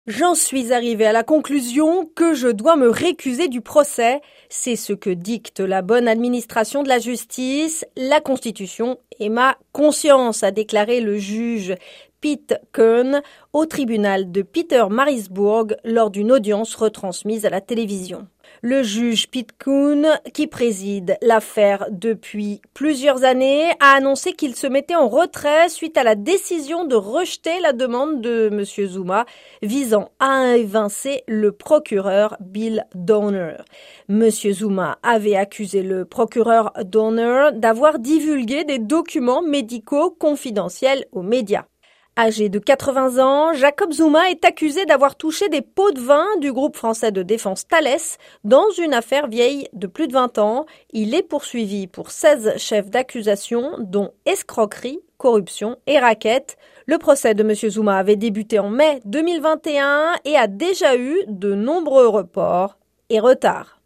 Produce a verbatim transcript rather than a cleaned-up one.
J'en suis arrivé à la conclusion que je dois me récuser du procès. C'est ce que dicte la bonne administration de la justice, la Constitution et ma conscience, a déclaré le juge Pete Koen au tribunal de Pietermaritzburg lors d'une audience retransmise à la télévision. Le juge Pete Koen, qui préside l'affaire depuis plusieurs années, a annoncé qu'il se mettait en retrait suite à la décision de rejeter la demande de M. Zuma visant à évincer le procureur Bill Downer. M. Zuma avait accusé le procureur Downer d'avoir divulgué des documents médicaux confidentiels aux médias. Âgé de quatre-vingts ans, Jacob Zuma est accusé d'avoir touché des pots de vin du groupe français de défense Thales dans une affaire vieille de plus de vingt ans. Il est poursuivi pour seize chefs d'accusation, dont escroquerie, corruption et racket. Le procès de M. Zuma avait débuté en mai deux mille vingt et un et a déjà eu de nombreux reports et retards.